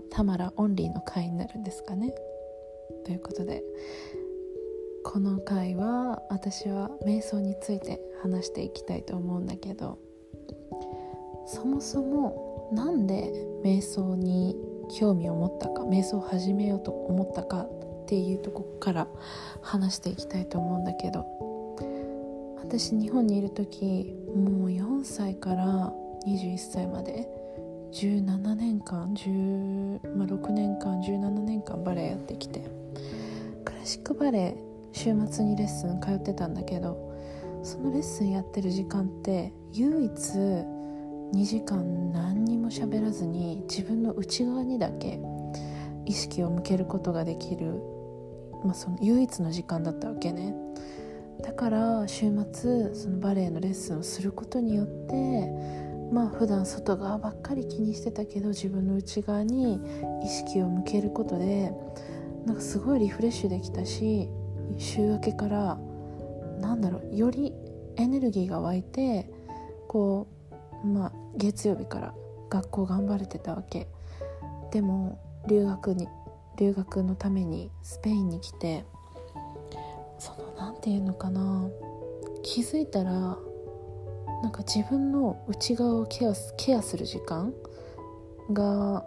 はタマラオンリーの回になるんですかね。ということで、この回は私は瞑想について話していきたいと思うんだけど、そもそもなんで瞑想に興味を持ったか、瞑想を始めようと思ったかっていうところから話していきたいと思うんだけど、私日本にいる時、もう4歳から21歳まで17年間6年間17年間バレエやってきて、クラシックバレエ週末にレッスン通ってたんだけど、そのレッスンやってる時間って唯一2時間何にも喋らずに自分の内側にだけ意識を向けることができる、その唯一の時間だったわけね。だから週末そのバレエのレッスンをすることによって、普段外側ばっかり気にしてたけど、自分の内側に意識を向けることでなんかすごいリフレッシュできたし、週明けからよりエネルギーが湧いて、月曜日から学校頑張れてたわけ。でも留学のためにスペインに来て、気づいたら自分の内側をケアする時間が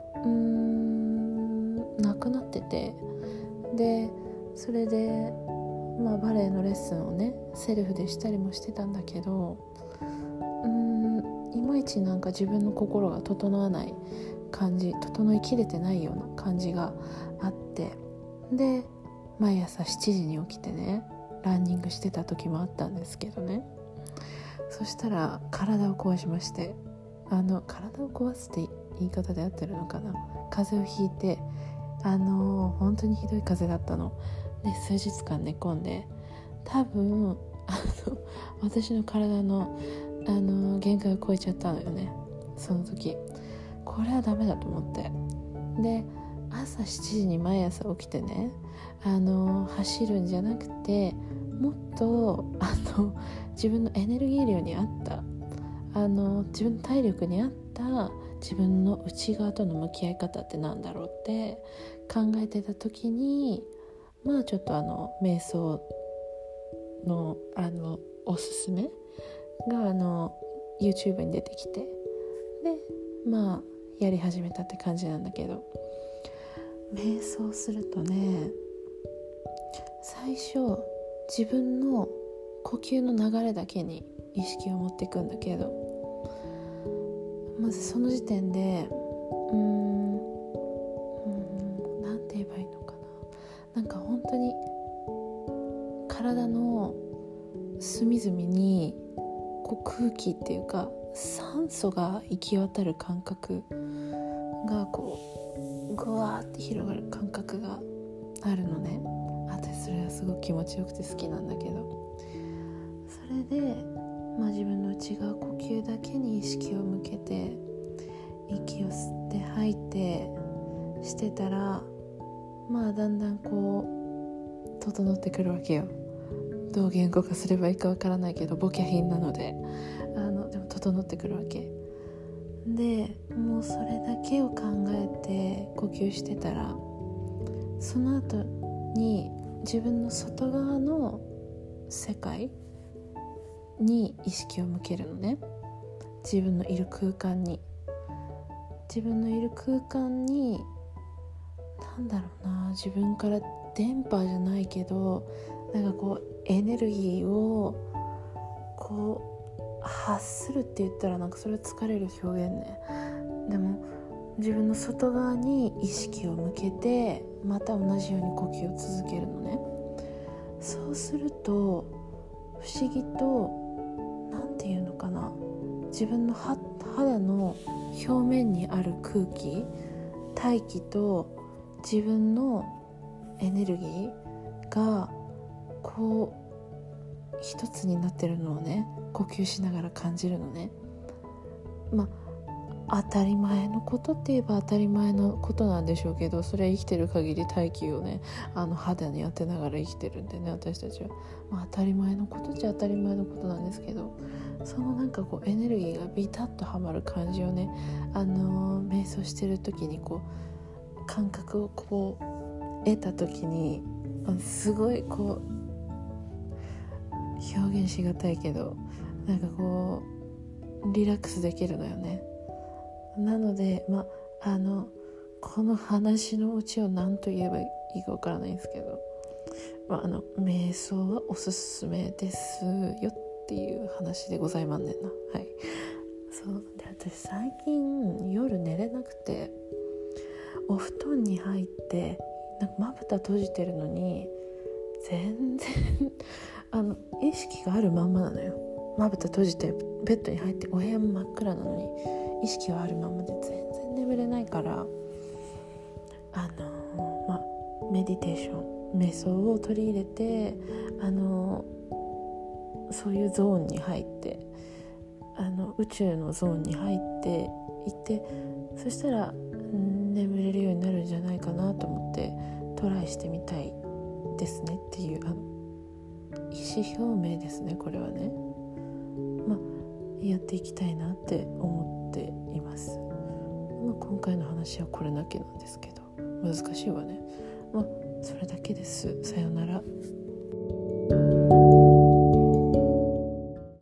なくなってて、でそれでバレエのレッスンをねセルフでしたりもしてたんだけど、いまいち自分の心が整いきれてないような感じがあって、で毎朝7時に起きてねランニングしてた時もあったんですけどね、そしたら体を壊しまして、体を壊すって言い方で合ってるのかな、風邪をひいて、本当にひどい風邪だったので、数日間寝込んで、多分私の体の限界を超えちゃったのよね。その時これはダメだと思って、で朝7時に毎朝起きてね、走るんじゃなくて、もっと自分のエネルギー量に合った自分の体力に合った自分の内側との向き合い方ってなんだろうって考えてた時に、ちょっと瞑想のおすすめがYouTube に出てきて、でやり始めたって感じなんだけど、瞑想するとね、最初自分の呼吸の流れだけに意識を持っていくんだけど、まずその時点でなんて言えばいいのかな、本当に体の隅々に空気っていうか酸素が行き渡る感覚がぐわーって広がる感覚があるのね。私それはすごく気持ちよくて好きなんだけど、それで、自分の内側呼吸だけに意識を向けて息を吸って吐いてしてたら、だんだん整ってくるわけよ。どう言語化すればいいかわからないけど、ボキャ品なのででも整ってくるわけで、もうそれだけを考えて呼吸してたら、その後に自分の外側の世界に意識を向けるのね。自分のいる空間に自分から電波じゃないけどエネルギーを発するって言ったらそれは疲れる表現ね。でも自分の外側に意識を向けて、また同じように呼吸を続けるのね。そうすると不思議と自分の肌の表面にある空気、大気と自分のエネルギーが一つになってるのをね、呼吸しながら感じるのね。当たり前のことって言えば当たり前のことなんでしょうけど、それは生きてる限り大気をね肌に当てながら生きてるんでね、私たちは、当たり前のことっちゃ当たり前のことなんですけど、そのエネルギーがビタッとはまる感じをね瞑想してる時に感覚をこう得た時にすごいこう表現しがたいけどなんかこうリラックスできるのよね。なのでこの話のうちを何と言えばいいかわからないんですけど、瞑想はおすすめですよっていう話でございまんねんな。はい。そうで、私最近夜寝れなくて、お布団に入ってなんかまぶた閉じてるのに全然意識があるまんまなのよ。まぶた閉じてベッドに入ってお部屋も真っ暗なのに意識はあるままで全然眠れないから、メディテーション瞑想を取り入れてそういうゾーンに入って宇宙のゾーンに入っていって、そしたら眠れるようになるんじゃないかなと思ってトライしてみたいですねっていう意思表明ですね。これはね、やっていきたいなって思っています。今回の話はこれだけなんですけど難しいわね。それだけです。さようなら。